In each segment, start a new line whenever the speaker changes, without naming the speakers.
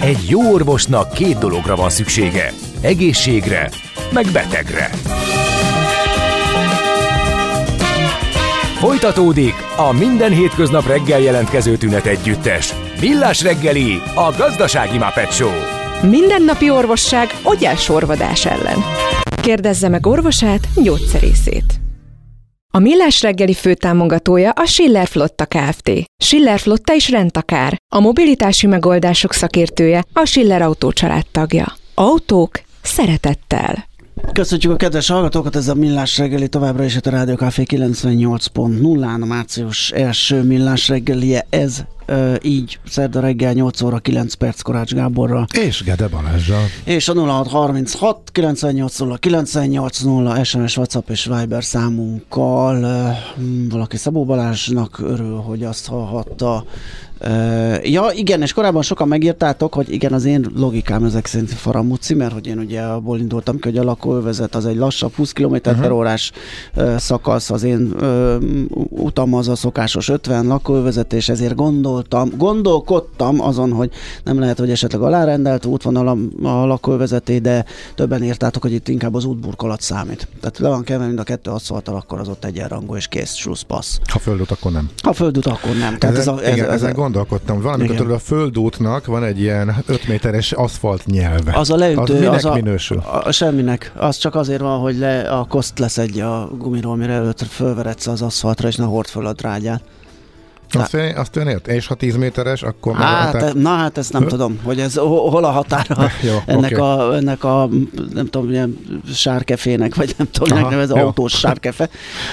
Egy jó orvosnak 2 dologra van szüksége. Egészségre, meg betegre. Folytatódik a minden hétköznap reggel jelentkező tünet együttes. Millás reggeli, a gazdasági Muppet Show.
Mindennapi orvosság ogyásorvadás ellen. Kérdezze meg orvosát, gyógyszerészét. A Millás reggeli főtámogatója a Schiller Flotta Kft. Schiller Flotta is rendtakár. A mobilitási megoldások szakértője, a Schiller Autó család tagja. Autók szeretettel.
Köszönjük a kedves hallgatókat, ez a Millás reggeli továbbra is a Rádió Café 98.0-án, a március első Millás reggelie, ez így szerda reggel 8 óra 9 perc Korács Gáborral.
És Gede Balázsral. És
a 0636 980 980 SMS, WhatsApp és Viber számunkkal. Valaki Szabó Balázsnak örül, hogy azt hallhatta. Ja, igen, és korábban sokan megírtátok, hogy igen, az én logikám ezek szerint faramúci, mert hogy én ugye abból indultam ki, hogy a lakóövezet az egy lassabb 20 km/h szakasz, az én utam az a szokásos 50 lakóövezet, és ezért gondolkodtam azon, hogy nem lehet, hogy esetleg alárendelt útvonal a lakóövezeté, de többen írtátok, hogy itt inkább az útburkolat számít. Tehát le van keverve mind a 2 aszfalttal, akkor az ott egyenrangú és kész, slusszpassz.
Ha földút, akkor nem.
Ha földút, akkor nem. Tehát
ezen gondolkodtam. Valamikor tudod, a földútnak van egy ilyen 5 méteres aszfalt nyelve.
Az a leütő,
az minek minősül?
Semminek. Az csak azért van, hogy a koszt leszedje a gumiról, mire előtt fölveredsz az aszfaltra, és ne hord föl a drágyát.
Azt ön ért? És ha 10 méteres, akkor...
Hát ezt nem tudom, hogy ez hol a határa
jó,
ennek a nem tudom, ilyen sárkefének, vagy nem tudom, ez autós sárkefe.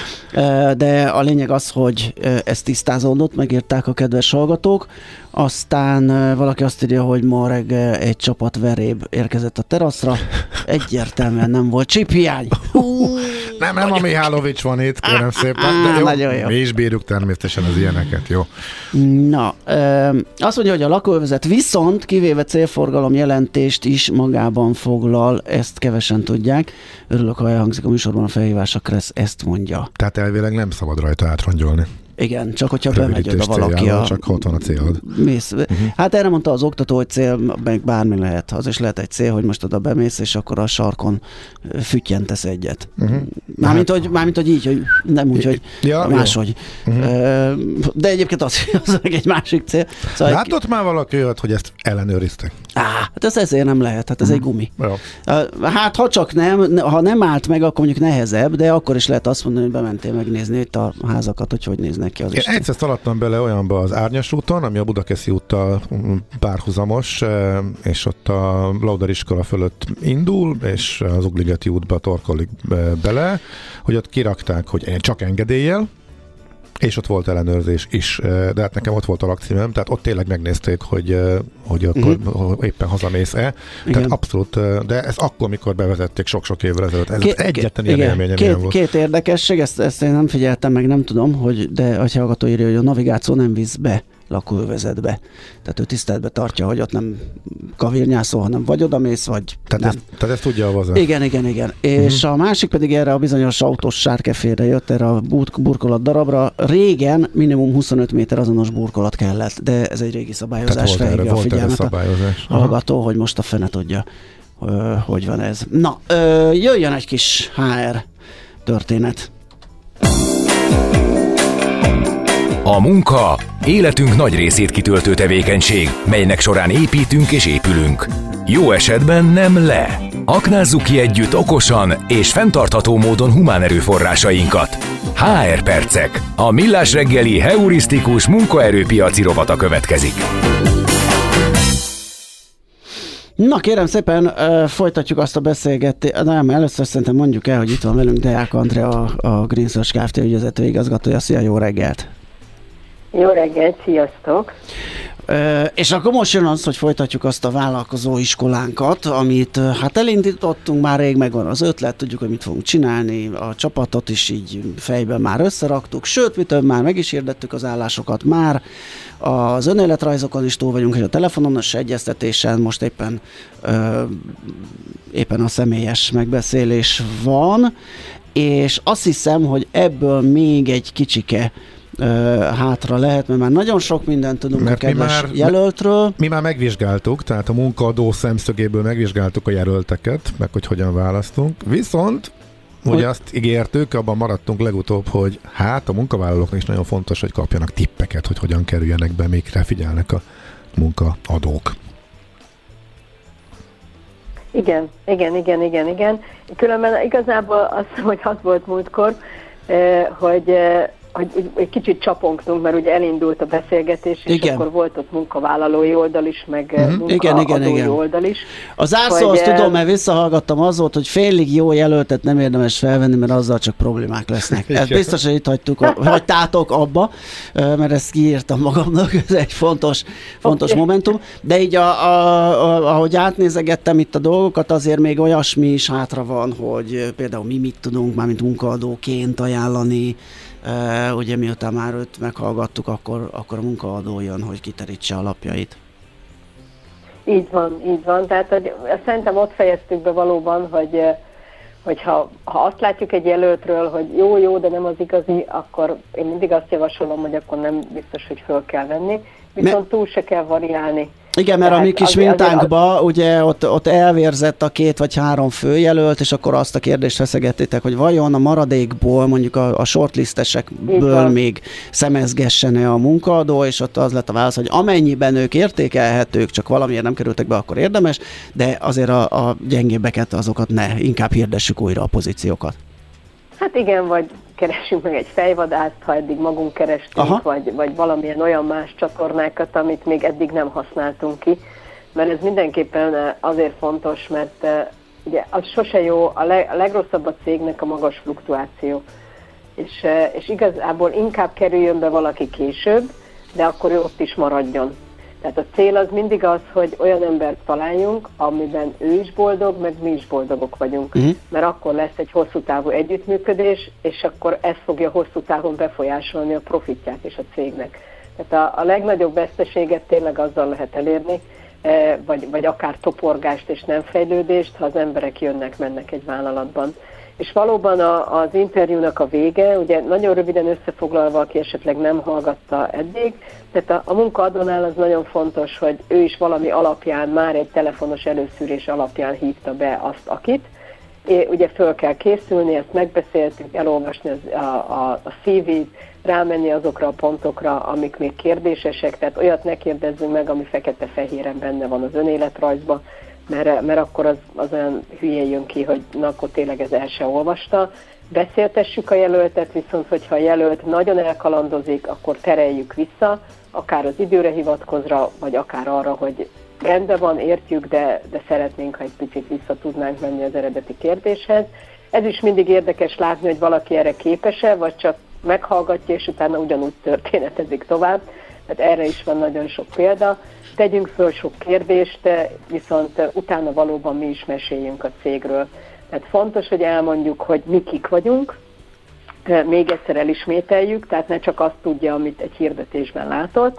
De a lényeg az, hogy ez tisztázódott, megírták a kedves hallgatók. Aztán valaki azt írja, hogy ma reggel egy csapat veréb érkezett a teraszra. Egyértelműen nem volt csiphiány.
Nem a Mihálovics van itt, kérem szépen. De jó, mi is bírjuk természetesen az ilyeneket, jó?
Na, azt mondja, hogy a lakóövezet viszont kivéve célforgalom jelentést is magában foglal, ezt kevesen tudják. Örülök, ha elhangzik a műsorban a felhívás, akkor ezt mondja.
Tehát elvileg nem szabad rajta átrongyolni.
Igen, csak hogyha bemegy oda valaki
csak ott van a célod.
Hát erre mondta az oktató, hogy cél, meg bármi lehet. Az is lehet egy cél, hogy most oda bemész, és akkor a sarkon füttyentesz egyet. Mármint, hogy így, hogy nem úgy, hogy máshogy. De egyébként az egy másik cél. Szóval
látott már valaki olyat, hogy ezt ellenőriztek?
Hát ez ezért nem lehet, hát ez egy gumi. Hát ha csak ha nem állt meg, akkor mondjuk nehezebb, de akkor is lehet azt mondani, hogy bementél megnézni itt a házakat, hogy néznek ki az.
Én egyszer szaladtam bele olyanba az Árnyas úton, ami a Budakeszi úttal párhuzamos, és ott a Lauder iskola fölött indul, és az Ugligeti útba torkolik bele, hogy ott kirakták, hogy csak engedéllyel, és ott volt ellenőrzés is, de hát nekem ott volt a lakcímem, tehát ott tényleg megnézték, hogy akkor éppen hazamész-e. Tehát abszolút, de ez akkor, mikor bevezették sok-sok évvel ezelőtt. Ez egyetlen ilyen élményem ilyen volt.
Két érdekesség, ezt én nem figyeltem meg, nem tudom, de a hallgató írja, hogy a navigáció nem visz be lakóövezetbe. Tehát ő tiszteletbe tartja, hogy ott nem kavirnyászol, hanem vagy odamész, vagy
tehát nem. Tehát ezt tudja a vaza.
Igen. És a másik pedig erre a bizonyos autós sárkefére jött, erre a burkolat darabra. Régen minimum 25 méter azonos burkolat kellett, de ez egy régi szabályozás, felhívja a figyelmet a hallgató, hogy most a fene tudja, hogy van ez. Na, jöjjön egy kis HR történet.
A munka életünk nagy részét kitöltő tevékenység, melynek során építünk és épülünk. Jó esetben nem le. Aknázzuk ki együtt okosan és fenntartható módon humán erőforrásainkat. HR percek. A Millás reggeli heurisztikus munkaerőpiaci rovata következik.
Na kérem szépen, folytatjuk azt a beszélgetést. Nem, először szerintem mondjuk el, hogy itt van velünk Deák Andrea, a Green Search Kft. Ügyvezető igazgatója. Szia, jó reggelt!
Jó reggelt, sziasztok!
És akkor most jön az, hogy folytatjuk azt a vállalkozó iskolánkat, amit hát elindítottunk, már rég megvan az ötlet, tudjuk, hogy mit fogunk csinálni, a csapatot is így fejben már összeraktuk, sőt, mi több, már meg is hirdettük az állásokat, már az önéletrajzokon is túl vagyunk, és a telefonos egyeztetésen most éppen a személyes megbeszélés van, és azt hiszem, hogy ebből még egy kicsike hátra lehet, mert már nagyon sok mindent tudunk a kedves jelöltről.
Mi már megvizsgáltuk, tehát a munkaadó szemszögéből megvizsgáltuk a jelölteket, meg hogy hogyan választunk. Viszont ugye azt ígértük, abban maradtunk legutóbb, hogy hát a munkavállalóknak is nagyon fontos, hogy kapjanak tippeket, hogy hogyan kerüljenek be, mikre figyelnek a munkaadók.
Igen. Különben igazából azt hiszem, hogy az volt múltkor, hogy egy kicsit csapongtunk, mert ugye elindult a beszélgetés, és akkor volt ott munkavállalói oldal is, meg munkaadói oldal is.
A zárszó, azt tudom, mert visszahallgattam, az volt, hogy félig jó jelöltet nem érdemes felvenni, mert azzal csak problémák lesznek. Ezt biztos, hogy itt hagytátok abba, mert ezt kiírtam magamnak, ez egy fontos momentum. De így, ahogy átnézegettem itt a dolgokat, azért még olyasmi is hátra van, hogy például mi mit tudunk már, mint munkaadóként ajánlani. Ugye miután már őt meghallgattuk, akkor a munkaadó jön, hogy kiterítse alapjait.
Így van. Tehát szerintem ott fejeztük be valóban, hogy ha azt látjuk egy jelöltről, hogy jó, de nem az igazi, akkor én mindig azt javasolom, hogy akkor nem biztos, hogy föl kell venni, viszont túl se kell variálni.
Igen, mert a mi kis mintánkban ugye ott elvérzett a 2 vagy 3 főjelölt, és akkor azt a kérdést feszegettétek, hogy vajon a maradékból, mondjuk a shortlistesekből még szemezgessen-e a munkaadó, és ott az lett a válasz, hogy amennyiben ők értékelhetők, csak valamiért nem kerültek be, akkor érdemes, de azért a gyengébbeket, azokat ne, inkább hirdessük újra a pozíciókat.
Hát igen, vagy keressünk meg egy fejvadászt, ha eddig magunk kerestünk, vagy valamilyen olyan más csatornákat, amit még eddig nem használtunk ki. Mert ez mindenképpen azért fontos, mert ugye az sose jó, a legrosszabb a cégnek a magas fluktuáció. És igazából inkább kerüljön be valaki később, de akkor ő ott is maradjon. Tehát a cél az mindig az, hogy olyan embert találjunk, amiben ő is boldog, meg mi is boldogok vagyunk. Mert akkor lesz egy hosszú távú együttműködés, és akkor ez fogja hosszú távon befolyásolni a profitját és a cégnek. Tehát a legnagyobb veszteséget tényleg azzal lehet elérni, vagy akár toporgást és nem fejlődést, ha az emberek jönnek-mennek egy vállalatban. És valóban az interjúnak a vége, ugye nagyon röviden összefoglalva, aki esetleg nem hallgatta eddig, tehát a munkaadónál az nagyon fontos, hogy ő is valami alapján, már egy telefonos előszűrés alapján hívta be azt, akit. Ugye föl kell készülni, ezt megbeszéltük, elolvasni a CV-t, rámenni azokra a pontokra, amik még kérdésesek, tehát olyat ne kérdezzünk meg, ami fekete-fehéren benne van az önéletrajzban, mert akkor az olyan hülyén jön ki, hogy na, akkor tényleg ez el se olvasta. Beszéltessük a jelöltet, viszont hogyha a jelölt nagyon elkalandozik, akkor tereljük vissza, akár az időre hivatkozra, vagy akár arra, hogy rendben van, értjük, de szeretnénk, ha egy picit vissza tudnánk menni az eredeti kérdéshez. Ez is mindig érdekes látni, hogy valaki erre képes-e, vagy csak meghallgatja, és utána ugyanúgy történetezik tovább. Tehát erre is van nagyon sok példa. Tegyünk föl sok kérdést, viszont utána valóban mi is meséljünk a cégről. Tehát fontos, hogy elmondjuk, hogy mi kik vagyunk, még egyszer elismételjük, tehát ne csak azt tudja, amit egy hirdetésben látott.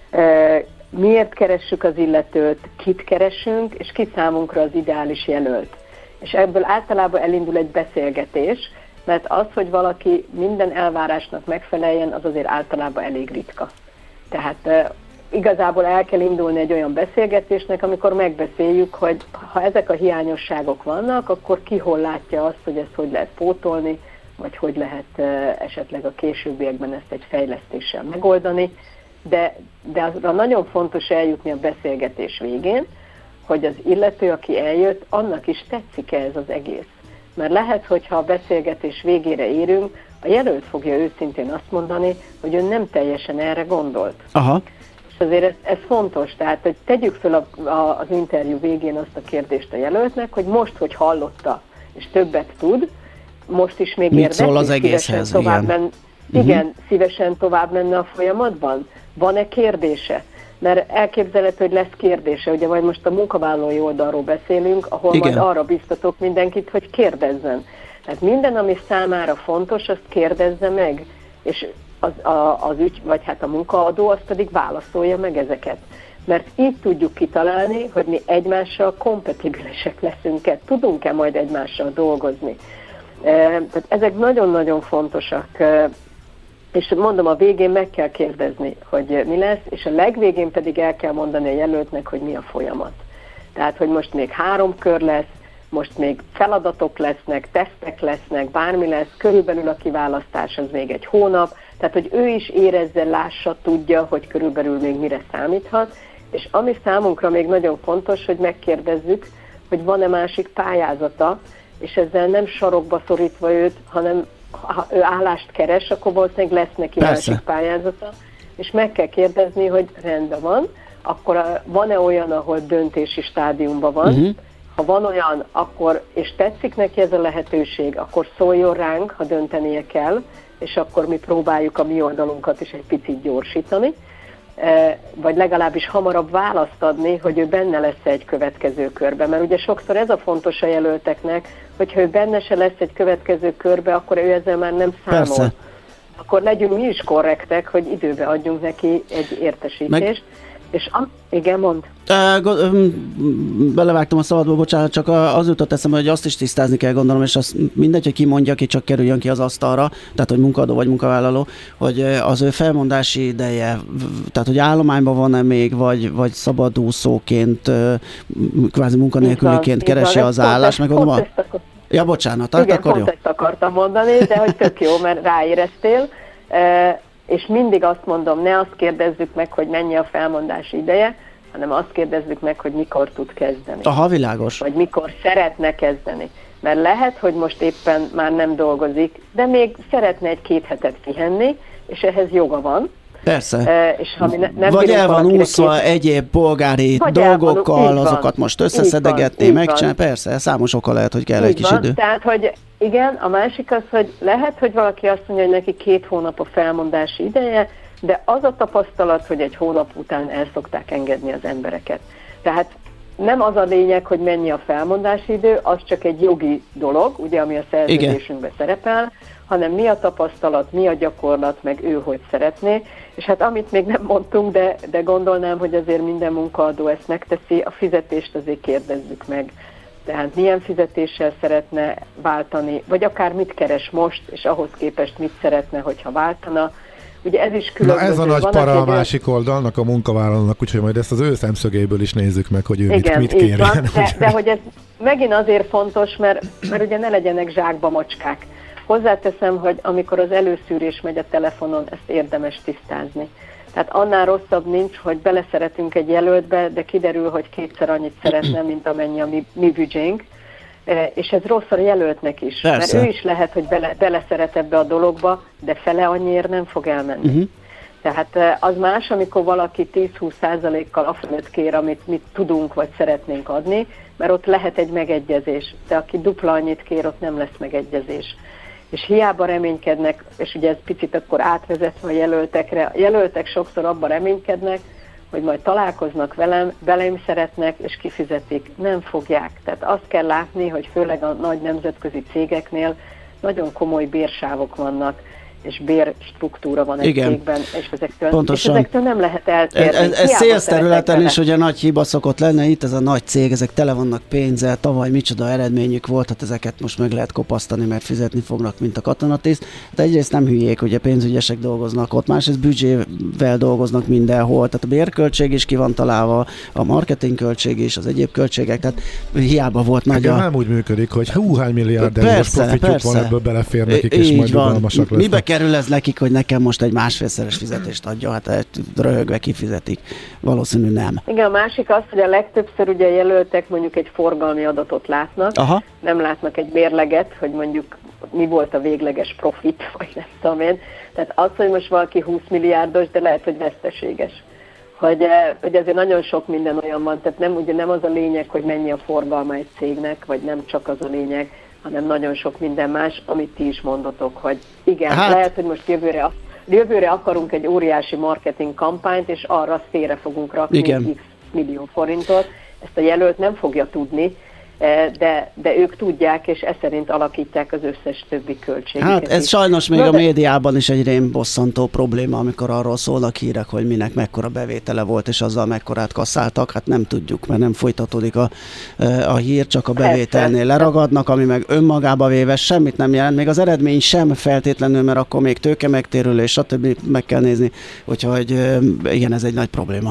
Miért keressük az illetőt, kit keresünk, és ki számunkra az ideális jelölt. És ebből általában elindul egy beszélgetés, mert az, hogy valaki minden elvárásnak megfeleljen, az azért általában elég ritka. Tehát igazából el kell indulni egy olyan beszélgetésnek, amikor megbeszéljük, hogy ha ezek a hiányosságok vannak, akkor ki hol látja azt, hogy ezt hogy lehet pótolni, vagy hogy lehet esetleg a későbbiekben ezt egy fejlesztéssel megoldani. De azra nagyon fontos eljutni a beszélgetés végén, hogy az illető, aki eljött, annak is tetszik-e ez az egész. Mert lehet, hogyha a beszélgetés végére érünk, a jelölt fogja őszintén azt mondani, hogy ő nem teljesen erre gondolt.
Aha.
És azért ez fontos, tehát hogy tegyük fel az interjú végén azt a kérdést a jelöltnek, hogy most, hogy hallotta, és többet tud, most is még
szól az egészhez,
igen, szívesen tovább menne a folyamatban? Van-e kérdése? Mert elképzelhető, hogy lesz kérdése, ugye majd most a munkavállalói oldalról beszélünk, ahol majd arra biztatok mindenkit, hogy kérdezzen. Tehát minden, ami számára fontos, azt kérdezze meg, és az ügy, vagy hát a munkaadó, az pedig válaszolja meg ezeket. Mert így tudjuk kitalálni, hogy mi egymással kompatibilisek leszünk-e, tudunk-e majd egymással dolgozni. Tehát ezek nagyon-nagyon fontosak. És mondom, a végén meg kell kérdezni, hogy mi lesz, és a legvégén pedig el kell mondani a jelöltnek, hogy mi a folyamat. Tehát, hogy most még 3 kör lesz, most még feladatok lesznek, tesztek lesznek, bármi lesz, körülbelül a kiválasztás az még 1 hónap, tehát, hogy ő is érezze, lássa, tudja, hogy körülbelül még mire számíthat, és ami számunkra még nagyon fontos, hogy megkérdezzük, hogy van-e másik pályázata, és ezzel nem sarokba szorítva őt, hanem ha ő állást keres, akkor valószínűleg lesz neki másik pályázata, és meg kell kérdezni, hogy rendben van, akkor van-e olyan, ahol döntési stádiumban van, ha van olyan, akkor, és tetszik neki ez a lehetőség, akkor szóljon ránk, ha döntenie kell, és akkor mi próbáljuk a mi oldalunkat is egy picit gyorsítani, vagy legalábbis hamarabb választ adni, hogy ő benne lesz egy következő körbe. Mert ugye sokszor ez a fontos a jelölteknek, hogyha ő benne se lesz egy következő körbe, akkor ő ezzel már nem számol. Persze. Akkor legyünk mi is korrektek, hogy időbe adjunk neki egy értesítést. És igen, mond.
Belevágtam a szabadból, bocsánat, csak az jutott eszembe, hogy azt is tisztázni kell, gondolom, és azt mindegy, hogy ki mondja, ki csak kerüljön ki az asztalra, tehát hogy munkadó vagy munkavállaló, hogy az ő felmondási ideje, tehát hogy állományban van-e még, vagy szabadúszóként, kvázi munkanélküliként keresi az állást, meg gondolom. Ja, bocsánat,
igen,
akkor jó.
Ezt akartam mondani, de hogy tök jó, mert ráéreztél. És mindig azt mondom, ne azt kérdezzük meg, hogy mennyi a felmondási ideje, hanem azt kérdezzük meg, hogy mikor tud kezdeni.
Aha, világos.
Vagy mikor szeretne kezdeni. Mert lehet, hogy most éppen már nem dolgozik, de még szeretne 1-2 hetet pihenni, és ehhez joga van.
Persze.
És ha mi nem
vagy el van úszva egyéb polgári dolgokkal, azokat most összeszedegetni, megcsinálni. Persze, számos oka lehet, hogy kell egy kis idő.
Tehát, hogy igen, a másik az, hogy lehet, hogy valaki azt mondja, hogy neki 2 hónap a felmondási ideje, de az a tapasztalat, hogy 1 hónap után el szokták engedni az embereket. Tehát nem az a lényeg, hogy mennyi a felmondási idő, az csak egy jogi dolog, ugye, ami a szerződésünkben szerepel, hanem mi a tapasztalat, mi a gyakorlat, meg ő hogy szeretné. És hát amit még nem mondtunk, de gondolnám, hogy azért minden munkaadó ezt megteszi, a fizetést azért kérdezzük meg. Tehát milyen fizetéssel szeretne váltani, vagy akár mit keres most, és ahhoz képest mit szeretne, hogyha váltana. Ugye ez is különböző.
Na ez a nagy para a másik oldalnak, a munkavállalónak, úgyhogy majd ezt az ő szemszögéből is nézzük meg, hogy ő igen, mit kérjen.
De hogy ez megint azért fontos, mert ugye ne legyenek zsákba macskák. Hozzáteszem, hogy amikor az előszűrés megy a telefonon, ezt érdemes tisztázni. Tehát annál rosszabb nincs, hogy beleszeretünk egy jelöltbe, de kiderül, hogy 2-szer annyit szeretne, mint amennyi a mi büdzsénk. És ez rossz a jelöltnek is. Persze. Mert ő is lehet, hogy beleszeret ebbe a dologba, de fele annyiért nem fog elmenni. Tehát az más, amikor valaki 10-20%-kal afölött kér, amit mi tudunk vagy szeretnénk adni, mert ott lehet egy megegyezés. De aki dupla annyit kér, ott nem lesz megegyezés. És hiába reménykednek, és ugye ez picit akkor átvezetve a jelöltekre, a jelöltek sokszor abban reménykednek, hogy majd találkoznak velem szeretnek, és kifizetik. Nem fogják. Tehát azt kell látni, hogy főleg a nagy nemzetközi cégeknél nagyon komoly bérsávok vannak, és bérstruktúra van egy cégben, és ezektől nem lehet eltérni.
Ez sales területen is ugye nagy hiba szokott lenni, itt ez a nagy cég, ezek tele vannak pénzzel, tavaly micsoda eredményük volt, hát ezeket most meg lehet kopasztani, mert fizetni fognak, mint a katonatiszt. De egyrészt nem hülyék, ugye pénzügyesek dolgoznak ott, másrészt büdzsével dolgoznak mindenhol, tehát a bérköltség is ki van találva, a marketingköltség is, az egyéb költségek, tehát hiába volt nagy
nem úgy működik, hogy hány milliárd eurós profitjuk van, ebből belefér nekik, és majd rugalmasak lesznek.
Mibe kerül ez nekik, hogy nekem most egy 1,5-szeres fizetést adja? Hát röhögve kifizetik. Valószínű nem.
Igen, a másik az, hogy a legtöbbször ugye jelöltek mondjuk egy forgalmi adatot látnak, nem látnak egy mérleget, hogy mondjuk mi volt a végleges profit, vagy nem tudom én. Tehát az, hogy most valaki 20 milliárdos, de lehet, hogy veszteséges. Hogy azért nagyon sok minden olyan van, tehát ugye nem az a lényeg, hogy mennyi a forgalma egy cégnek, vagy nem csak az a lényeg, hanem nagyon sok minden más, amit ti is mondotok, hogy igen, lehet, hogy most jövőre akarunk egy óriási marketing kampányt, és arra félre fogunk rakni X millió forintot. Ezt a jelölt nem fogja tudni, de ők tudják, és ez szerint alakítják az összes többi költséget.
Hát ez sajnos még a médiában is egy rémbosszantó probléma, amikor arról szólnak hírek, hogy minek mekkora bevétele volt, és azzal mekkorát kasszáltak, hát nem tudjuk, mert nem folytatódik a hír, csak a bevételnél leragadnak, ami meg önmagába véve semmit nem jelent, még az eredmény sem feltétlenül, mert akkor még tőke megtérülés, stb. Meg kell nézni, úgyhogy igen, ez egy nagy probléma.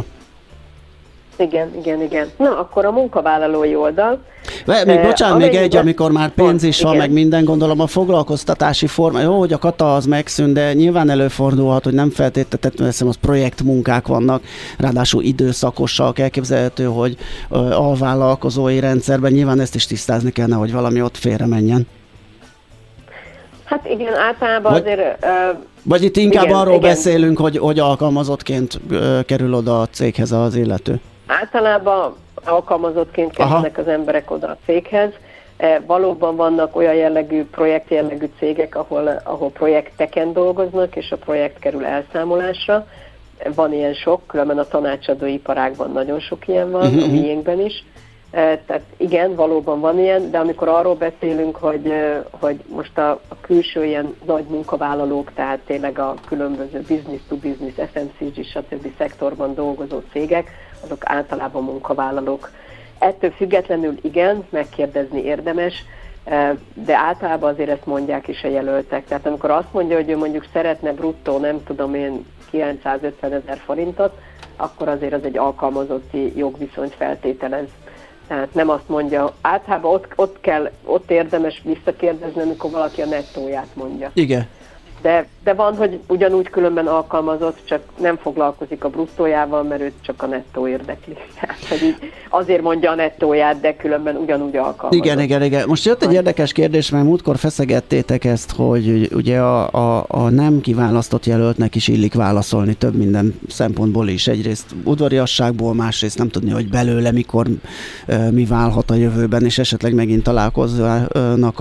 Igen. Na, akkor a munkavállalói oldal.
Még egy, amikor már pénz is van, meg minden, gondolom a foglalkoztatási forma. Jó, hogy a kata az megszűnt, de nyilván előfordulhat, hogy nem feltétlenül, az projektmunkák vannak, ráadásul időszakosak, elképzelhető, hogy alvállalkozói rendszerben nyilván ezt is tisztázni kellene, hogy valami ott félre menjen.
Hát igen, általában azért...
Vagy itt inkább arról beszélünk, hogy alkalmazottként kerül oda a céghez az illető. Általában
alkalmazottként kerülnek az emberek oda a céghez. Valóban vannak olyan jellegű, projektjellegű cégek, ahol projekteken dolgoznak, és a projekt kerül elszámolásra. Van ilyen sok, különben a tanácsadó iparágban nagyon sok ilyen van, a miénkben is. Tehát igen, valóban van ilyen, de amikor arról beszélünk, hogy most a külső ilyen nagy munkavállalók, tehát tényleg a különböző business to business, FMCG, stb. Szektorban dolgozó cégek, azok általában munkavállalók. Ettől függetlenül igen, megkérdezni érdemes, de általában azért ezt mondják is a jelöltek. Tehát amikor azt mondja, hogy ő mondjuk szeretne bruttó, nem tudom én, 950 000 forintot, akkor azért az egy alkalmazotti jogviszonyt feltételez. Tehát nem azt mondja, általában ott érdemes visszakérdezni, amikor valaki a nettóját mondja.
Igen.
De van, hogy ugyanúgy különben alkalmazott, csak nem foglalkozik a bruttójával, mert őt csak a nettó érdekli. Tehát, hogy így azért mondja a nettóját, de különben ugyanúgy alkalmazott.
Igen. Most jött egy érdekes kérdés, mert múltkor feszegettétek ezt, hogy ugye a nem kiválasztott jelöltnek is illik válaszolni több minden szempontból is. Egyrészt udvariasságból, másrészt nem tudni, hogy belőle mikor mi válhat a jövőben, és esetleg megint találkoznak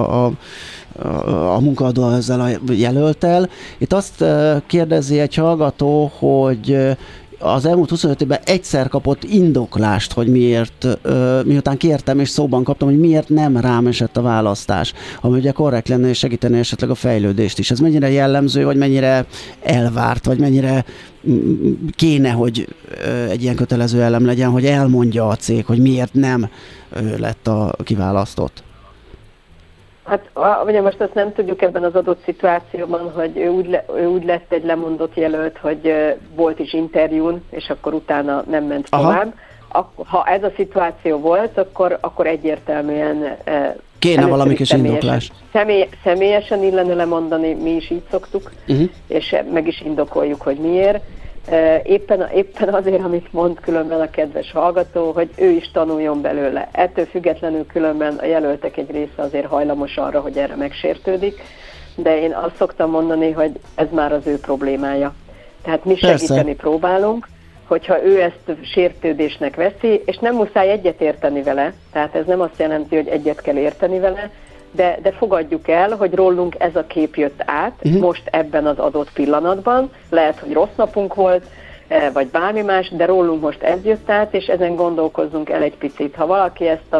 a munkaadó ezzel a jelölttel. Itt azt kérdezi egy hallgató, hogy az elmúlt 25 évben egyszer kapott indoklást, hogy miért, miután kértem és szóban kaptam, hogy miért nem rám esett a választás, ami ugye korrekt lenne és segíteni esetleg a fejlődést is. Ez mennyire jellemző, vagy mennyire elvárt, vagy mennyire kéne, hogy egy ilyen kötelező elem legyen, hogy elmondja a cég, hogy miért nem lett a kiválasztott?
Hát ugye most azt nem tudjuk ebben az adott szituációban, hogy ő úgy lett egy lemondott jelölt, hogy volt is interjún, és akkor utána nem ment tovább. Ha ez a szituáció volt, akkor egyértelműen
kéne valami kis indoklás.
Személyesen illene lemondani, mi is így szoktuk, és meg is indokoljuk, hogy miért. Éppen azért, amit mond különben a kedves hallgató, hogy ő is tanuljon belőle. Ettől függetlenül különben a jelöltek egy része azért hajlamos arra, hogy erre megsértődik, de én azt szoktam mondani, hogy ez már az ő problémája. Tehát mi segíteni próbálunk, hogyha ő ezt sértődésnek veszi, és nem muszáj egyet érteni vele, tehát ez nem azt jelenti, hogy egyet kell érteni vele, de fogadjuk el, hogy rólunk ez a kép jött át most ebben az adott pillanatban. Lehet, hogy rossz napunk volt, vagy bármi más, de rólunk most ez jött át, és ezen gondolkozzunk el egy picit. Ha valaki ezt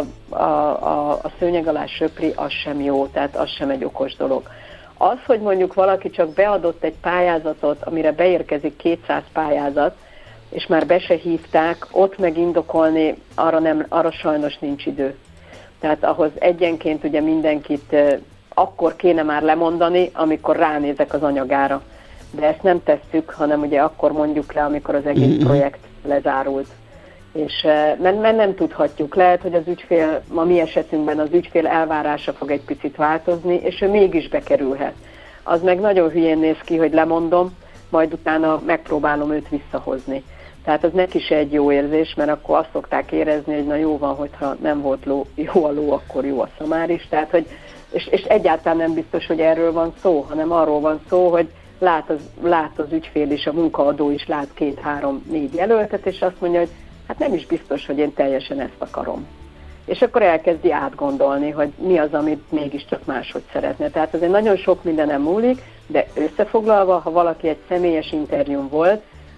a szőnyeg alá söpri, az sem jó, tehát az sem egy okos dolog. Az, hogy mondjuk valaki csak beadott egy pályázatot, amire beérkezik 200 pályázat, és már be se hívták, ott megindokolni, arra sajnos nincs idő. Tehát ahhoz egyenként ugye mindenkit akkor kéne már lemondani, amikor ránézek az anyagára. De ezt nem tesszük, hanem ugye akkor mondjuk le, amikor az egész projekt lezárult. És mert nem tudhatjuk. Lehet, hogy az ügyfél, a mi esetünkben az ügyfél elvárása fog egy picit változni, és ő mégis bekerülhet. Az meg nagyon hülyén néz ki, hogy lemondom, majd utána megpróbálom őt visszahozni. Tehát az neki se egy jó érzés, mert akkor azt szokták érezni, hogy na jó van, hogyha nem volt jó a ló, akkor jó a szamár is. Tehát, hogy, és egyáltalán nem biztos, hogy erről van szó, hanem arról van szó, hogy lát az ügyfél is, a munkaadó is lát 2-3-4 jelöltet, és azt mondja, hogy hát nem is biztos, hogy én teljesen ezt akarom. És akkor elkezdi átgondolni, hogy mi az, amit mégiscsak máshogy szeretne. Tehát azért nagyon sok mindenem múlik, de összefoglalva, ha valaki egy személyes interjún volt,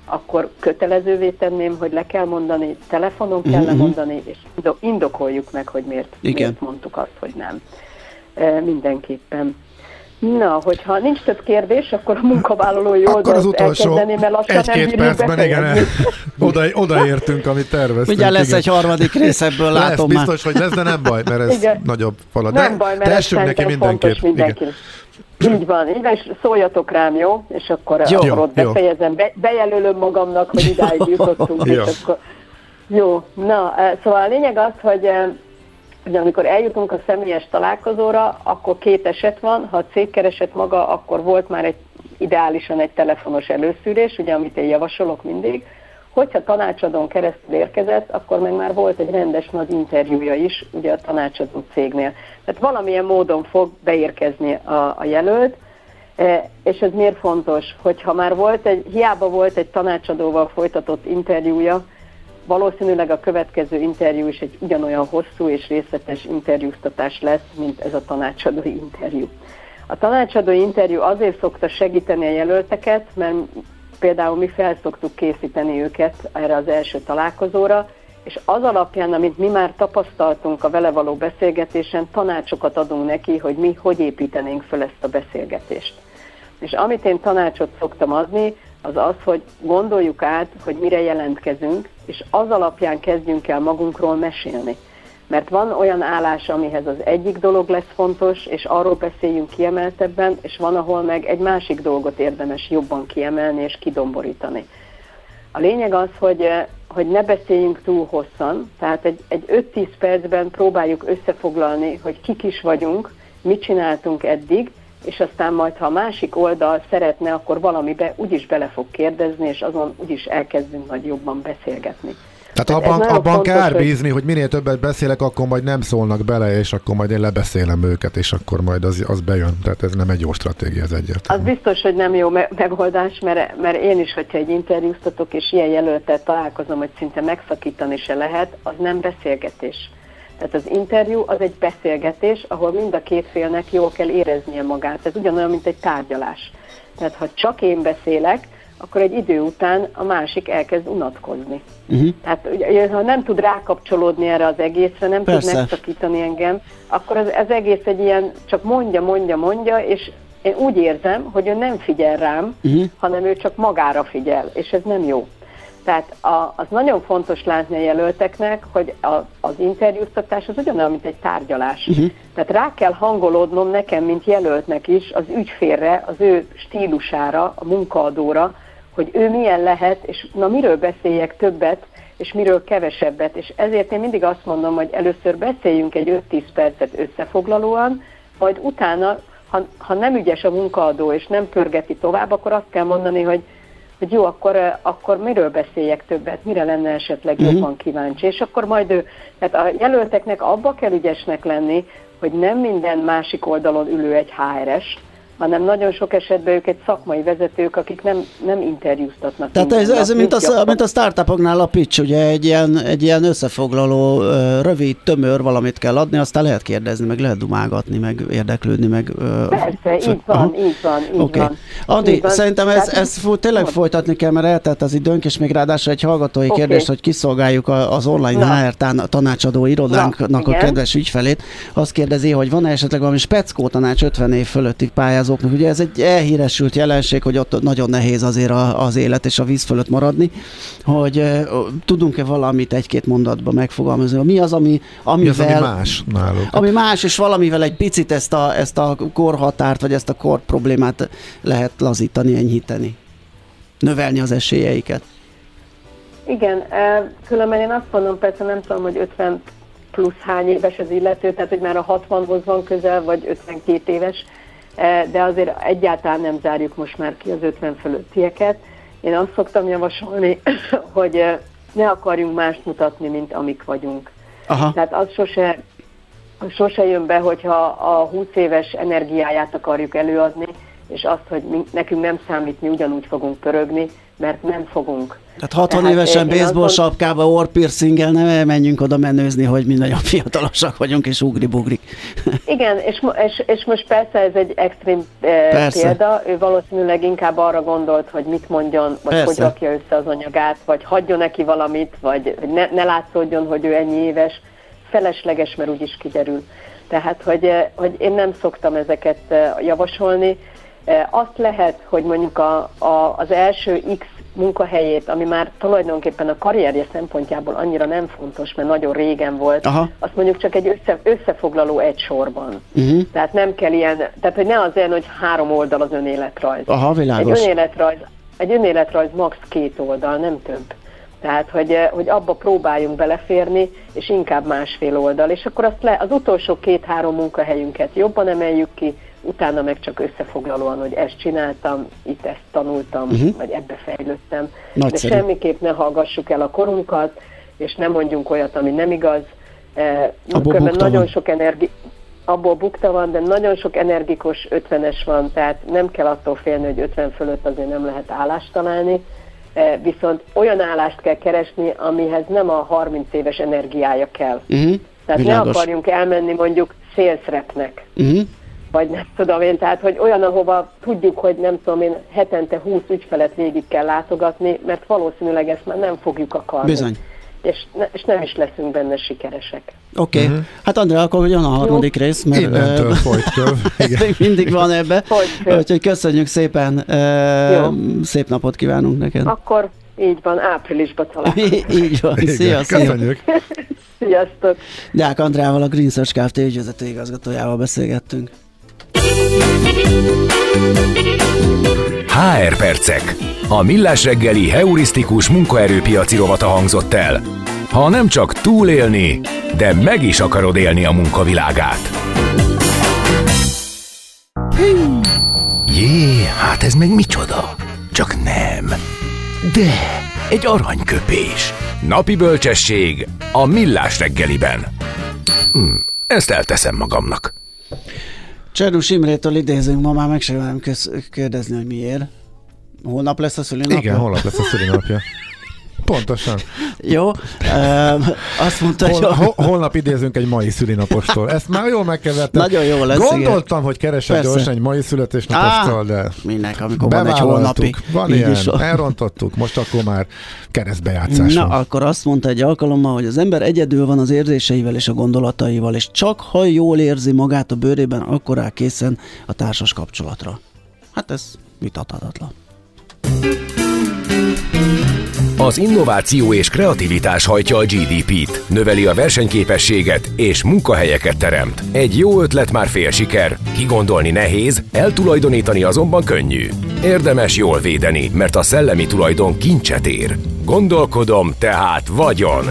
akkor kötelezővé tenném, hogy le kell mondani, telefonon kell lemondani, és indokoljuk meg, hogy miért mondtuk azt, hogy nem. Mindenképpen. Na, hogyha nincs több kérdés, akkor a munkavállalói oldalt elkezdeni, mert lassan nem bírjuk befejezni.
Odaértünk, amit terveztünk.
Ugye lesz egy harmadik rész, ebből látom
már. Biztos, hogy lesz, de nem baj, mert ez nagyobb falat.
Nem baj, mert ez szerintem fontos mindenki. Így van, és szóljatok rám, jó? És akkor ott befejezem, bejelölöm magamnak, hogy idáig jutottunk, és akkor... Jó, na, szóval a lényeg az, hogy amikor eljutunk a személyes találkozóra, akkor 2 eset van, ha a cég keresett maga, akkor volt már ideálisan egy telefonos előszűrés, ugye, amit én javasolok mindig. Hogyha tanácsadón keresztül érkezett, akkor meg már volt egy rendes nagy interjúja is, ugye a tanácsadó cégnél. Tehát valamilyen módon fog beérkezni a jelölt, és ez miért fontos, hogyha már hiába volt egy tanácsadóval folytatott interjúja, valószínűleg a következő interjú is egy ugyanolyan hosszú és részletes interjúztatás lesz, mint ez a tanácsadói interjú. A tanácsadói interjú azért szokta segíteni a jelölteket, mert például mi fel szoktuk készíteni őket erre az első találkozóra, és az alapján, amit mi már tapasztaltunk a vele való beszélgetésen, tanácsokat adunk neki, hogy mi hogy építenénk föl ezt a beszélgetést. És amit én tanácsot szoktam adni, az az, hogy gondoljuk át, hogy mire jelentkezünk, és az alapján kezdjünk el magunkról mesélni. Mert van olyan állás, amihez az egyik dolog lesz fontos, és arról beszéljünk kiemeltebben, és van, ahol meg egy másik dolgot érdemes jobban kiemelni és kidomborítani. A lényeg az, hogy ne beszéljünk túl hosszan, tehát egy 5-10 percben próbáljuk összefoglalni, hogy kik is vagyunk, mit csináltunk eddig, és aztán majd, ha a másik oldal szeretne, akkor valamibe úgyis bele fog kérdezni, és azon úgyis elkezdünk majd jobban beszélgetni.
Tehát abban kell bízni, hogy minél többet beszélek, akkor majd nem szólnak bele, és akkor majd én lebeszélem őket, és akkor majd az bejön. Tehát ez nem egy jó stratégia, ez egyértelmű.
Az biztos, hogy nem jó megoldás, mert én is, hogyha egy interjúztatok, és ilyen jelöltel találkozom, hogy szinte megszakítani se lehet, az nem beszélgetés. Tehát az interjú az egy beszélgetés, ahol mind a két félnek jól kell éreznie magát. Ez ugyanolyan, mint egy tárgyalás. Tehát ha csak én beszélek, akkor egy idő után a másik elkezd unatkozni. Tehát ha nem tud rákapcsolódni erre az egészre, nem tud megszakítani engem, akkor az egész egy ilyen csak mondja, és én úgy érzem, hogy ő nem figyel rám, hanem ő csak magára figyel, és ez nem jó. Tehát az nagyon fontos látni a jelölteknek, hogy az interjúztatás az ugyanolyan, mint egy tárgyalás. Tehát rá kell hangolódnom nekem, mint jelöltnek is, az ügyfélre, az ő stílusára, a munkaadóra, hogy ő milyen lehet, és miről beszéljek többet, és miről kevesebbet. És ezért én mindig azt mondom, hogy először beszéljünk egy 5-10 percet összefoglalóan, majd utána, ha nem ügyes a munkaadó, és nem pörgeti tovább, akkor azt kell mondani, hogy jó, akkor miről beszéljek többet, mire lenne esetleg jobban kíváncsi. És akkor majd tehát a jelölteknek abba kell ügyesnek lenni, hogy nem minden másik oldalon ülő egy HR-es, hanem nagyon sok esetben ők egy szakmai vezetők, akik nem interjúztatnak.
Tehát ez mint a startupoknál a pitch, ugye egy ilyen összefoglaló, rövid, tömör valamit kell adni, aztán lehet kérdezni, meg lehet dumálgatni, meg érdeklődni, meg...
Persze, így van.
Andi, szerintem ezt tényleg folytatni kell, mert eltelt az időnk, és még ráadásul egy hallgatói kérdést, hogy kiszolgáljuk az online HR tanácsadó irodánknak a kedves ügyfelét. Azt kérdezi, hogy van-e esetleg valami speckó tanács 50 év fölötti pályázóknak? Ugye ez egy elhíresült jelenség, hogy ott nagyon nehéz azért az élet és a víz fölött maradni, hogy tudunk-e valamit egy-két mondatban megfogalmazni? Mi az, ami
más náluk?
Ami más, és valamivel egy picit ezt a korhatárt, vagy ezt a kor problémát lehet lazítani, enyhíteni, növelni az esélyeiket.
Igen, különben én azt mondom, persze nem tudom, hogy 50 plusz hány éves az illető, tehát hogy már a 60-hoz van közel, vagy 52 éves, de azért egyáltalán nem zárjuk most már ki az 50 fölöttieket. Én azt szoktam javasolni, hogy ne akarjunk mást mutatni, mint amik vagyunk. Aha. Tehát az sose jön be, hogyha a 20 éves energiáját akarjuk előadni, és azt, hogy nekünk nem számít, mi ugyanúgy fogunk pörögni, mert nem fogunk.
Tehát 60 évesen baseball sapkába, orrpiercinggel ne menjünk oda menőzni, hogy mi nagyon fiatalosak vagyunk, és ugri-bugrik.
Igen, és most persze ez egy extrém példa, ő valószínűleg inkább arra gondolt, hogy mit mondjon, vagy hogy rakja össze az anyagát, vagy hagyjon neki valamit, vagy ne látszódjon, hogy ő ennyi éves, felesleges, mert úgyis kiderül. Tehát, hogy én nem szoktam ezeket javasolni. Azt lehet, hogy mondjuk az első X munkahelyét, ami már tulajdonképpen a karrierje szempontjából annyira nem fontos, mert nagyon régen volt, azt mondjuk csak egy összefoglaló egy sorban. Tehát nem kell ilyen, tehát hogy ne az olyan, hogy 3 oldal az önéletrajz.
Világos.
Egy önéletrajz max. 2 oldal, nem több. Tehát, hogy abba próbáljunk beleférni, és inkább 1,5 oldal. És akkor az utolsó 2-3 munkahelyünket jobban emeljük ki, utána meg csak összefoglalóan, hogy ezt csináltam, itt ezt tanultam, vagy ebbe fejlődtem.
Nagyszerű.
De semmiképp ne hallgassuk el a korunkat, és ne mondjunk olyat, ami nem igaz. Nagyon sok abból bukta van, de nagyon sok energikus 50-es van, tehát nem kell attól félni, hogy 50 fölött azért nem lehet állást találni, viszont olyan állást kell keresni, amihez nem a 30 éves energiája kell. Tehát világos. Ne akarjunk elmenni mondjuk sales repnek. Vagy nem tudom én, tehát hogy olyan, ahova tudjuk, hogy nem tudom én, hetente 20 ügyfelet végig kell látogatni, mert valószínűleg ezt már nem fogjuk akarni.
Bizony.
És nem is leszünk benne sikeresek.
Oké. Hát Andrea, akkor jön a harmadik rész, mert
innentől folytköv.
még mindig van ebbe. Úgyhogy köszönjük szépen, szép napot kívánunk neked.
Akkor így van, áprilisban találkozunk.
Így van, sziasztok.
Köszönjük.
Sziasztok.
Deák Andreával, a Green Search Kft. Ügyvezető igazgatójával beszélgettünk.
HR percek. A Millás reggeli heurisztikus munkaerőpiaci rovata hangzott el. Ha nem csak túlélni, de meg is akarod élni a munkavilágát. Jé, hát ez meg micsoda? Csak nem. De egy aranyköpés. Napi bölcsesség a Millás reggeliben. Ezt elteszem magamnak.
Csernus Imrétől idézünk, ma már meg sem nem kérdezni, hogy miért. Holnap lesz a szülinapja?
Igen, holnap lesz a szülinapja. Pontosan.
Jó. Azt mondta, hogy...
Holnap idézünk egy mai szülinapostól. Ezt már jól megkevertem.
Nagyon jó lesz.
Gondoltam, hogy keresek gyorsan egy mai születésnapostól, de...
Mindenki, amikor van egy holnapi.
Van ilyen, elrontottuk, most akkor már keresztbejátszáson.
Na, akkor azt mondta egy alkalommal, hogy az ember egyedül van az érzéseivel és a gondolataival, és csak ha jól érzi magát a bőrében, akkor áll készen a társas kapcsolatra. Hát ez vitathatatlan.
Az innováció és kreativitás hajtja a GDP-t, növeli a versenyképességet és munkahelyeket teremt. Egy jó ötlet már fél siker, kigondolni nehéz, eltulajdonítani azonban könnyű. Érdemes jól védeni, mert a szellemi tulajdon kincset ér. Gondolkodom, tehát vagyon.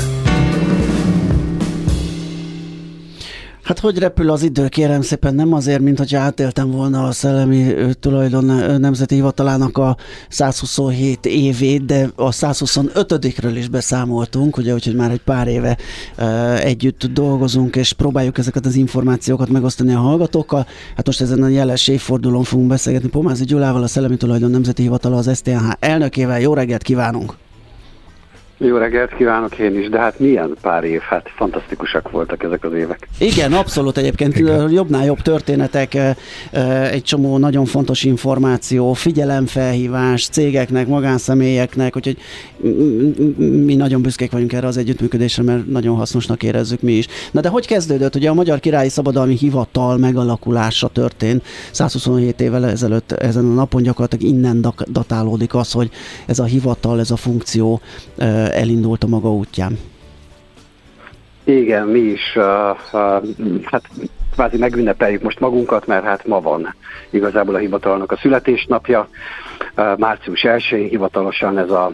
Hát hogy repül az idő, kérem szépen, nem azért, mint hogy átéltem volna a Szellemi Tulajdon Nemzeti Hivatalának a 127 évét, de a 125-ről is beszámoltunk, ugye, úgyhogy már egy pár éve együtt dolgozunk, és próbáljuk ezeket az információkat megosztani a hallgatókkal. Hát most ezen a jeles évfordulón fogunk beszélgetni Pomázi Gyulával, a Szellemi Tulajdon Nemzeti Hivatala, az STNH elnökével. Jó reggelt kívánunk!
Jó reggelt kívánok én is, de hát milyen pár év, hát fantasztikusak voltak ezek az évek.
Igen, abszolút egyébként jobbnál jobb történetek, egy csomó nagyon fontos információ, figyelemfelhívás cégeknek, magánszemélyeknek, úgyhogy mi nagyon büszkék vagyunk erre az együttműködésre, mert nagyon hasznosnak érezzük mi is. Na de hogy kezdődött? Ugye a Magyar Királyi Szabadalmi Hivatal megalakulása történt 127 évvel ezelőtt ezen a napon, gyakorlatilag innen datálódik az, hogy ez a hivatal, ez a funkció elindult a maga útján.
Igen, mi is hát kvázi megünnepeljük most magunkat, mert hát ma van igazából a hivatalnak a születésnapja. Március 1-én hivatalosan ez a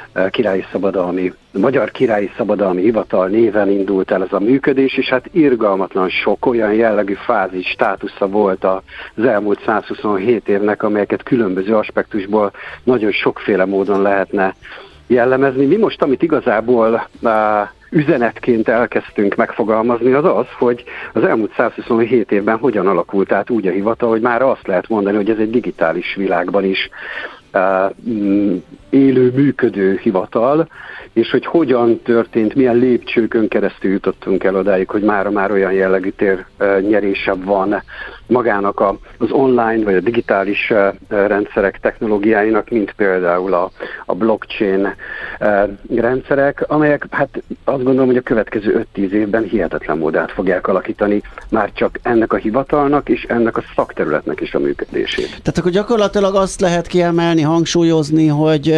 Magyar Királyi Szabadalmi Hivatal néven indult el ez a működés, és hát irgalmatlan sok olyan jellegű fázis, státusza volt az elmúlt 127 évnek, amelyeket különböző aspektusból nagyon sokféle módon lehetne jellemezni. Mi most, amit igazából üzenetként elkezdtünk megfogalmazni, az az, hogy az elmúlt 127 évben hogyan alakult át úgy a hivatal, hogy már azt lehet mondani, hogy ez egy digitális világban is élő, működő hivatal, és hogy hogyan történt, milyen lépcsőkön keresztül jutottunk el odáig, hogy már olyan jellegű térnyerése van magának az online vagy a digitális rendszerek technológiáinak, mint például a blockchain rendszerek, amelyek hát azt gondolom, hogy a következő 5-10 évben hihetetlen módát fogják alakítani már csak ennek a hivatalnak és ennek a szakterületnek is a működését.
Tehát akkor gyakorlatilag azt lehet kiemelni, hangsúlyozni, hogy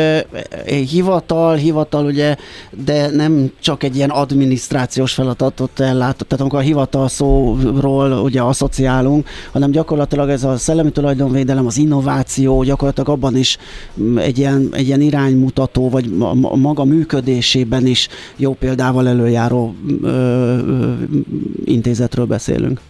hivatal ugye, de nem csak egy ilyen adminisztrációs feladatot ellátott, tehát amikor a hivatal szóról ugye asszociálunk, hanem gyakorlatilag ez a szellemi tulajdonvédelem, az innováció gyakorlatilag abban is egy ilyen iránymutató, vagy maga működésében is jó példával előjáró intézetről beszélünk.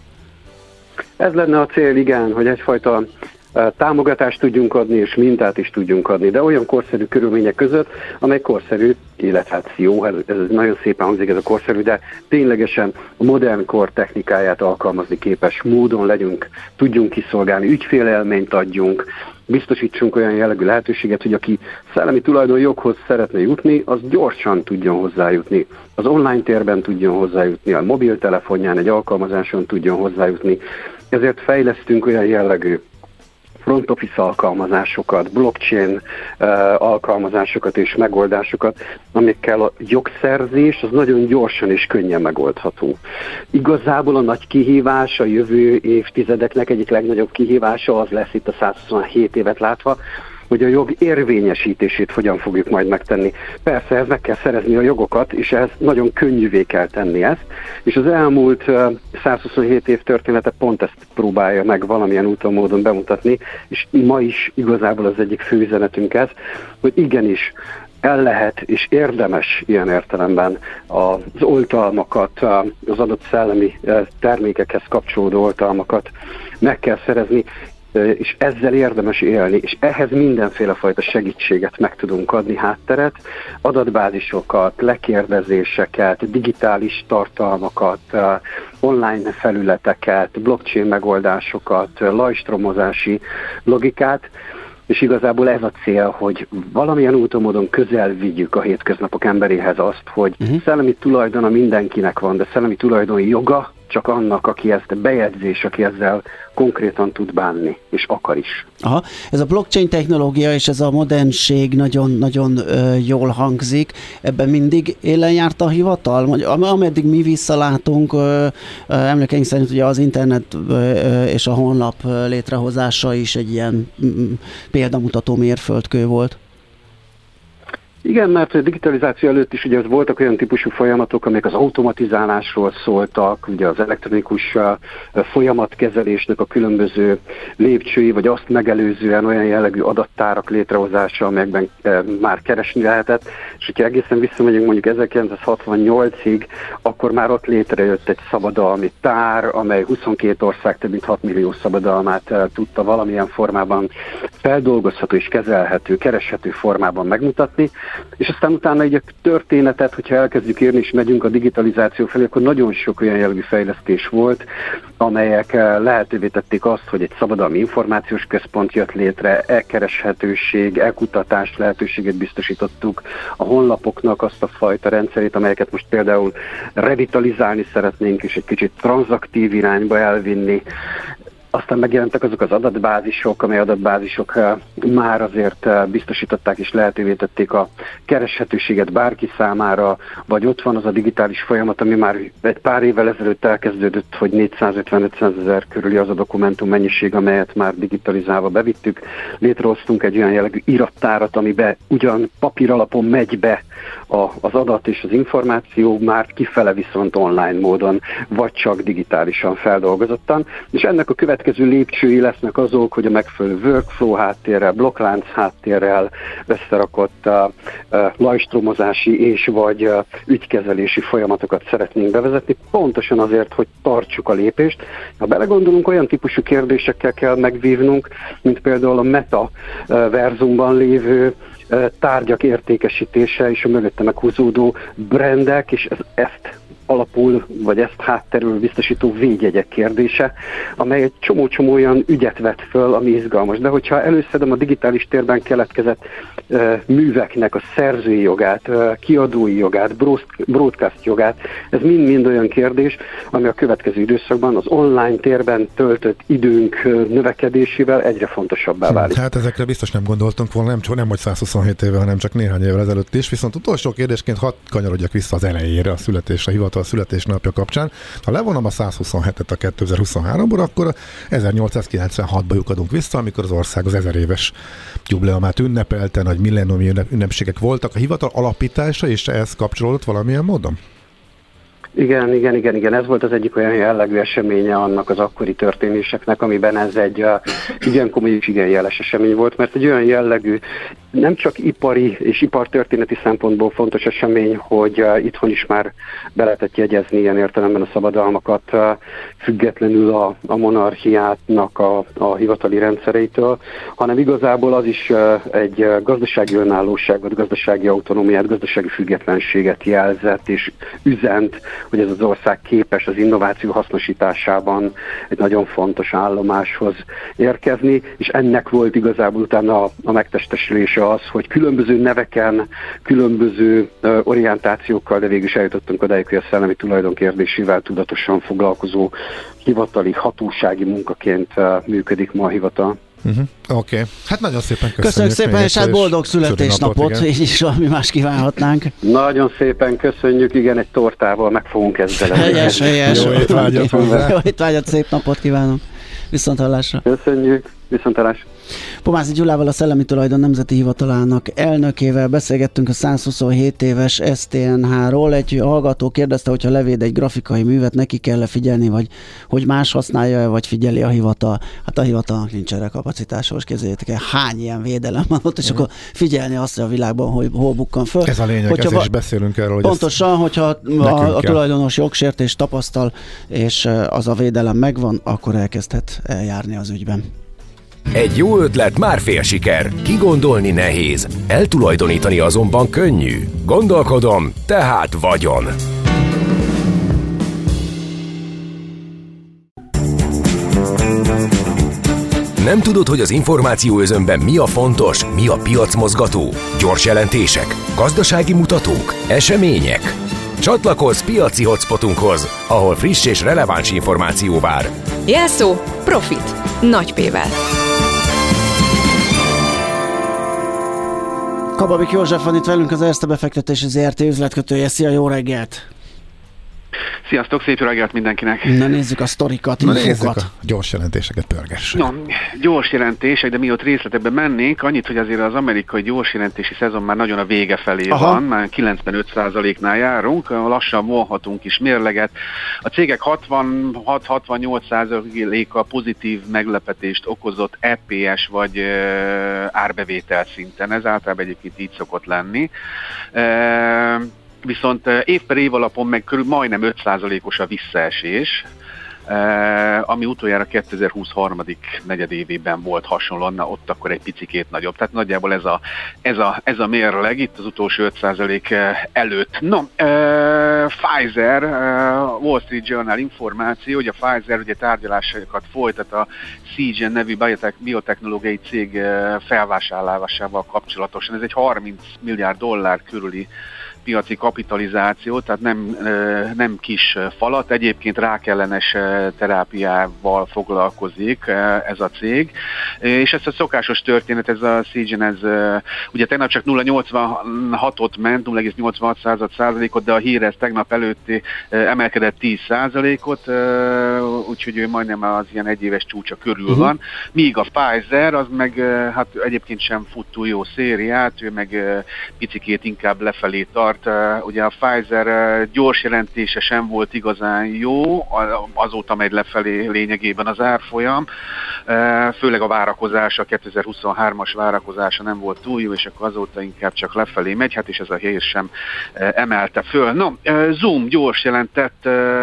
Ez lenne a cél, igen, hogy egyfajta támogatást tudjunk adni, és mintát is tudjunk adni, de olyan korszerű körülmények között, amely korszerű, illetve hát jó, ez nagyon szépen hangzik ez a korszerű, de ténylegesen a modern kor technikáját alkalmazni képes módon tudjunk kiszolgálni, ügyfélélményt adjunk, biztosítsunk olyan jellegű lehetőséget, hogy aki szellemi tulajdonjoghoz szeretne jutni, az gyorsan tudjon hozzájutni. Az online térben tudjon hozzájutni, a mobiltelefonján, egy alkalmazáson tudjon hozzájutni. Ezért fejlesztünk olyan jellegű front office alkalmazásokat, blockchain alkalmazásokat és megoldásokat, amikkel a jogszerzés az nagyon gyorsan és könnyen megoldható. Igazából a nagy kihívás, a jövő évtizedeknek egyik legnagyobb kihívása az lesz itt a 127 évet látva, hogy a jog érvényesítését hogyan fogjuk majd megtenni. Persze, ez meg kell szerezni a jogokat, és ehhez nagyon könnyűvé kell tenni ezt, és az elmúlt 127 év története pont ezt próbálja meg valamilyen úton, módon bemutatni, és ma is igazából az egyik fő üzenetünk ez, hogy igenis el lehet és érdemes ilyen értelemben az oltalmakat, az adott szellemi termékekhez kapcsolódó oltalmakat meg kell szerezni, és ezzel érdemes élni, és ehhez mindenféle fajta segítséget meg tudunk adni, hátteret, adatbázisokat, lekérdezéseket, digitális tartalmakat, online felületeket, blockchain megoldásokat, lajstromozási logikát, és igazából ez a cél, hogy valamilyen úton, módon közel vigyük a hétköznapok emberéhez azt, hogy szellemi tulajdona mindenkinek van, de szellemi tulajdoni joga csak annak, aki ezt bejegyzés, aki ezzel konkrétan tud bánni, és akar is.
Aha, ez a blockchain technológia és ez a modernség nagyon jól hangzik. Ebben mindig élen járt a hivatal? Ameddig mi visszalátunk, emlékeink szerint ugye az internet és a honlap létrehozása is egy ilyen példamutató mérföldkő volt.
Igen, mert a digitalizáció előtt is ugye voltak olyan típusú folyamatok, amelyek az automatizálásról szóltak, ugye az elektronikus folyamatkezelésnek a különböző lépcsői, vagy azt megelőzően olyan jellegű adattárak létrehozása, amelyekben már keresni lehetett, és hogyha egészen visszamegyünk mondjuk 1968-ig, akkor már ott létrejött egy szabadalmi tár, amely 22 ország több mint 6 millió szabadalmát tudta valamilyen formában feldolgozható és kezelhető, kereshető formában megmutatni, és aztán utána egy történetet, hogyha elkezdjük írni és megyünk a digitalizáció felé, akkor nagyon sok olyan jellegű fejlesztés volt, amelyek lehetővé tették azt, hogy egy szabadalmi információs központ jött létre, e-kereshetőség, e-kutatás lehetőséget biztosítottuk, a honlapoknak azt a fajta rendszerét, amelyeket most például revitalizálni szeretnénk, és egy kicsit tranzaktív irányba elvinni. Aztán megjelentek azok az adatbázisok, amely adatbázisok már azért biztosították és lehetővé tették a kereshetőséget bárki számára, vagy ott van az a digitális folyamat, ami már egy pár évvel ezelőtt elkezdődött, hogy 450-500 ezer körüli az a dokumentum mennyiség, amelyet már digitalizálva bevittük. Létrehoztunk egy olyan jellegű irattárat, amiben ugyan papír alapon megy be az adat és az információ, már kifele viszont online módon, vagy csak digitálisan feldolgozottan, és ennek a következő lépcsői lesznek azok, hogy a megfelelő workflow háttérrel, blokklánc háttérrel összerakott lajstromozási és vagy ügykezelési folyamatokat szeretnénk bevezetni, pontosan azért, hogy tartsuk a lépést. Ha belegondolunk, olyan típusú kérdésekkel kell megvívnunk, mint például a metaverzumban lévő tárgyak értékesítése és a mögötte meghúzódó brandek, és ezt alapul, vagy ezt hátterül biztosító védjegyek kérdése, amely egy csomó olyan ügyet vet föl, ami izgalmas. De hogyha előszedem a digitális térben keletkezett műveknek a szerzői jogát, kiadói jogát, broadcast jogát, ez mind-mind olyan kérdés, ami a következő időszakban az online térben töltött időnk növekedésével egyre fontosabbá válik.
Hát ezekre biztos nem gondoltunk volna, nem hogy 127 éve, hanem csak néhány évvel ezelőtt is. Viszont utolsó kérdésként hadd kanyarodjak vissza az elejére, a hivatal születésnapja kapcsán. Ha levonom a 127-et a 2023-ból, akkor 1896-ba lyukadunk vissza, amikor az ország az 1000 éves jubileumát ünnepelte, nagy millenniumi ünnepségek voltak. A hivatal alapítása és ehhez kapcsolódott valamilyen módon?
Igen. Ez volt az egyik olyan jellegű eseménye annak az akkori történéseknek, amiben ez egy igen komoly és igen jeles esemény volt, mert egy olyan jellegű, nem csak ipari és ipartörténeti szempontból fontos esemény, hogy itthon is már be lehetett jegyezni ilyen értelemben a szabadalmakat, függetlenül a monarchiának a hivatali rendszereitől, hanem igazából az is egy gazdasági önállóságot, gazdasági autonómiát, gazdasági függetlenséget jelzett és üzent, hogy ez az ország képes az innováció hasznosításában egy nagyon fontos állomáshoz érkezni, és ennek volt igazából utána a megtestesülése az, hogy különböző neveken, különböző orientációkkal, de végül is eljutottunk odáig, hogy a szellemi tulajdon kérdésével tudatosan foglalkozó hivatali, hatósági munkaként működik ma a hivatal.
Oké. Hát nagyon szépen
köszönjük szépen, és hát boldog születésnapot, így is valami más kívánhatnánk.
Nagyon szépen köszönjük, igen, egy tortával meg fogunk ezzel.
Helyes.
Jó étvágyat hozzá.
Jó étvágyat, szép napot kívánok. Viszonthallásra.
Köszönjük, viszonthallásra.
Pomázi Gyulával, a Szellemi Tulajdon Nemzeti Hivatalának elnökével beszélgettünk a 127 éves STNH-ról. Egy hallgató kérdezte, hogyha levéd egy grafikai művet, neki kell figyelni, vagy hogy más használja-e, vagy figyeli a hivatal. Hát a hivatalnak nincs erre kapacitása, most képzeljétek el, hány ilyen védelem van ott, és akkor figyelni azt a világban, hogy hol bukkan föl.
Ez a lényeg, ezért is beszélünk erről. Hogy
pontosan, hogyha a tulajdonos jogsértést tapasztal, és az a védelem megvan, akkor elkezdhet eljárni az ügyben.
Egy jó ötlet már fél siker, kigondolni nehéz, eltulajdonítani azonban könnyű. Gondolkodom, tehát vagyon. Nem tudod, hogy az információ özönben mi a fontos, mi a piacmozgató? Gyors jelentések, gazdasági mutatók, események? Csatlakozz piaci hotspotunkhoz, ahol friss és releváns információ vár.
Jelszó Profit. Nagy P-vel.
Kababik József van itt velünk, az Erste Befektetési ZRT üzletkötője. Szia, jó reggelt!
Sziasztok, szép reggelt mindenkinek!
Na nézzük a sztorikat,
nézzük a gyors jelentéseket, pörgess.
No, gyors jelentések, de mióta részletekbe mennénk, annyit, hogy azért az amerikai gyors jelentési szezon már nagyon a vége felé van, már 95%-nál járunk, lassan vonhatunk is mérleget. A cégek 66-68%-a pozitív meglepetést okozott EPS vagy árbevétel szinten, ez általában egyébként így szokott lenni. Viszont év per év alapon meg majdnem 5%-os a visszaesés, ami utoljára 2020 harmadik negyedévében volt hasonlóan, ott akkor egy picikét nagyobb. Tehát nagyjából ez a mérleg itt az utolsó 5% előtt. No, Pfizer, Wall Street Journal információ, hogy a Pfizer ugye tárgyalásokat folytat a Seagen nevű biotechnológiai cég felvásárlásával kapcsolatosan. Ez egy $30 milliárd körüli piaci kapitalizáció, tehát nem kis falat, egyébként rákellenes terápiával foglalkozik ez a cég, és ez a szokásos történet, ez a Seagen, ez ugye tegnap csak 0,86-ot ment, 0,86%-ot, de a hír ez tegnap előtti emelkedett 10%-ot, úgyhogy ő majdnem az ilyen egyéves csúcsa körül van, míg a Pfizer, az meg hát egyébként sem fut túl jó szériát, ő meg picikét inkább lefelé tart. Ugye a Pfizer gyors jelentése sem volt igazán jó, azóta megy lefelé lényegében az árfolyam, főleg a várakozása, a 2023-as várakozása nem volt túl jó, és akkor azóta inkább csak lefelé megy, hát és ez a hír sem emelte föl. No, Zoom gyors jelentett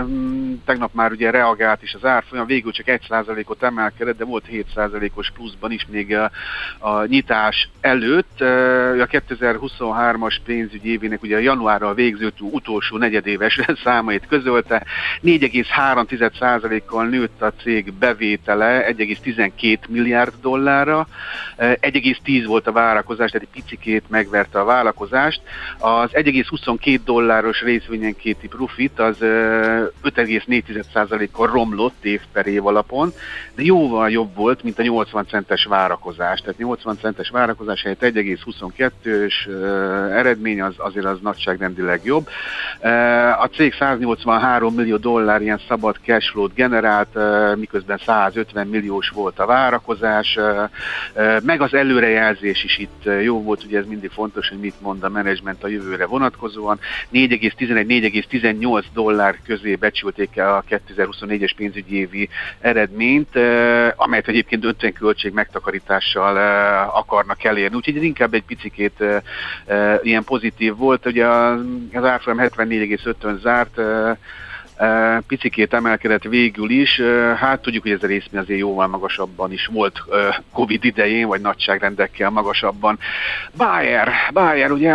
tegnap már ugye reagált is az árfolyam, végül csak 1%-ot emelkedett, de volt 7%-os pluszban is még a nyitás előtt. A 2023-as pénzügyi évének ugye a januárral végződő utolsó negyedéves számait közölte. 4,3%-kal nőtt a cég bevétele 1,12 milliárd dollárra, 1,10 volt a várakozás, tehát egy picikét megverte a várakozást. Az 1,22 dolláros részvényenkéti profit az 5,4%-kal romlott év per év alapon, de jóval jobb volt, mint a 80 centes várakozás. Tehát 80 centes várakozás helyett 1,22-ös eredmény azért az nagyságrendileg jobb. A cég 183 millió dollár ilyen szabad cashflow-t generált, miközben 150 milliós volt a várakozás, meg az előrejelzés is itt jó volt, ugye ez mindig fontos, hogy mit mond a menedzsment a jövőre vonatkozóan. 4,11-4,18 dollár közé becsülték el a 2024-es pénzügyi évi eredményt, amelyet egyébként 50 költség megtakarítással akarnak elérni. Úgyhogy ez inkább egy picikét ilyen pozitív volt. Ugye az árfolyam 74,50 zárt, picikét emelkedett végül is. Hát tudjuk, hogy ez a részvény azért jóval magasabban is volt Covid idején, vagy nagyságrendekkel magasabban. Bayer ugye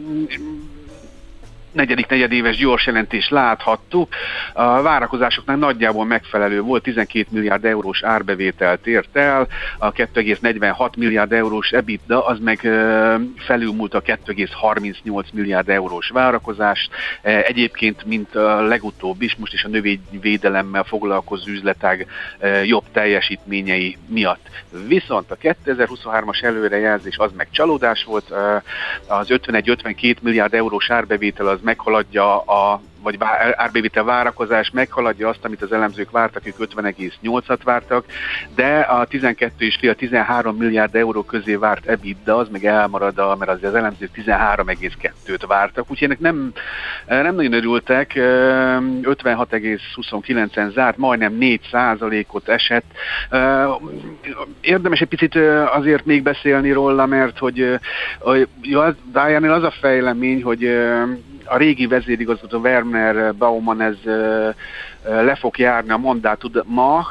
negyedik negyedéves gyors jelentést láthattuk. A várakozásoknak nagyjából megfelelő volt, 12 milliárd eurós árbevételt ért el, a 2,46 milliárd eurós EBITDA, az meg felülmúlt a 2,38 milliárd eurós várakozást. Egyébként, mint a legutóbb is, most is a növényvédelemmel foglalkozó üzletág jobb teljesítményei miatt. Viszont a 2023-as előrejelzés az meg csalódás volt, az 51-52 milliárd eurós árbevétel az meghaladja vagy árbevétel várakozás meghaladja azt, amit az elemzők vártak, ők 50,8-at vártak, de a 12,5-13 milliárd euró közé várt EBITDA, az meg elmarad, mert az elemzők 13,2-t vártak, úgyhogy ennek nem nagyon örültek, 56,29-en zárt, majdnem 4%-ot esett. Érdemes egy picit azért még beszélni róla, mert hogy Bayernél az a fejlemény, hogy a régi vezérigazgató Werner Baumann ez le fog járni a mandátuma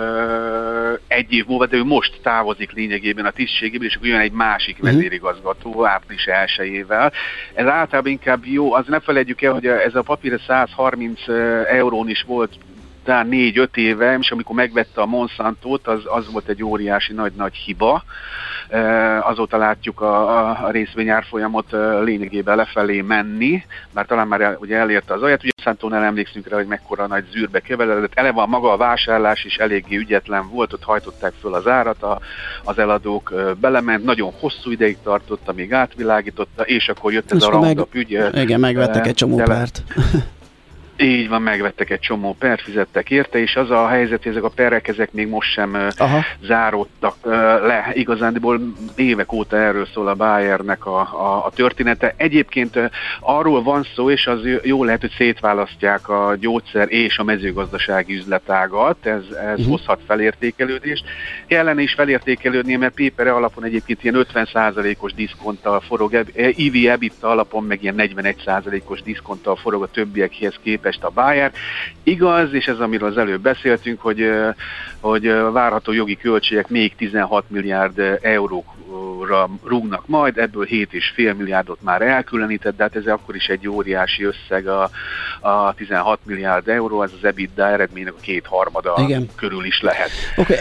egy év múlva, de ő most távozik lényegében a tisztségéből, és akkor jön egy másik vezérigazgató április 1-ével. Ez általában inkább jó, az ne felejtjük el, hogy ez a papír 130 eurón is volt talán 4-5 éve, és amikor megvette a Monsantót, az volt egy óriási nagy hiba. Azóta látjuk a részvényárfolyamot lényegében lefelé menni, bár talán már ugye elérte az alját, ugye Monsantónál emlékszünk rá, hogy mekkora nagy zűrbe keveredett. Eleve a maga a vásárlás is eléggé ügyetlen volt, ott hajtották föl az árat, az eladók belement, nagyon hosszú ideig tartott, amíg átvilágította, és akkor jött ez a Roundup ügy. Igen,
megvettek egy csomó párt.
Így van, megvettek egy csomó pert, fizettek érte, és az a helyzet, hogy ezek a perek, ezek még most sem záródtak le. Igazándiból évek óta erről szól a Bayernek a története. Egyébként arról van szó, és az jó lehet, hogy szétválasztják a gyógyszer és a mezőgazdasági üzletágat, ez hozhat felértékelődést. Kellene is felértékelődni, mert PPR alapon egyébként ilyen 50%-os diszkonttal forog, EV/EBITDA alapon meg ilyen 41%-os diszkonttal forog a többiekhez képest a Bayer. Igaz, és ez amiről az előbb beszéltünk, hogy várható jogi költségek még 16 milliárd euróra rúgnak majd, ebből 7,5 milliárdot már elkülönített, de hát ez akkor is egy óriási összeg, a 16 milliárd euró, ez az EBITDA eredménynek a 2/3 körül is lehet.
Oké,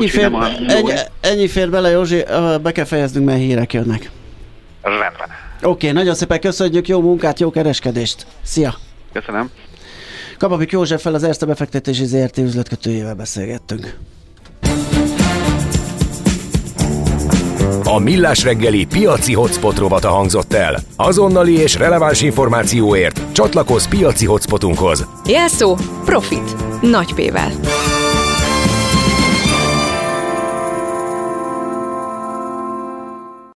ennyi fér bele, Józsi, be kell fejeznünk, mert hírek jönnek.
Rendben.
Oké, nagyon szépen köszönjük, jó munkát, jó kereskedést. Szia!
Köszönöm.
Kapapik Józseffel, az Erste befektetési ZRT üzletkötőjével beszélgettünk.
A Millás reggeli piaci hotspot rovata hangzott el. Azonnali és releváns információért csatlakozz piaci hotspotunkhoz.
Jelszó Profit. Nagy P-vel.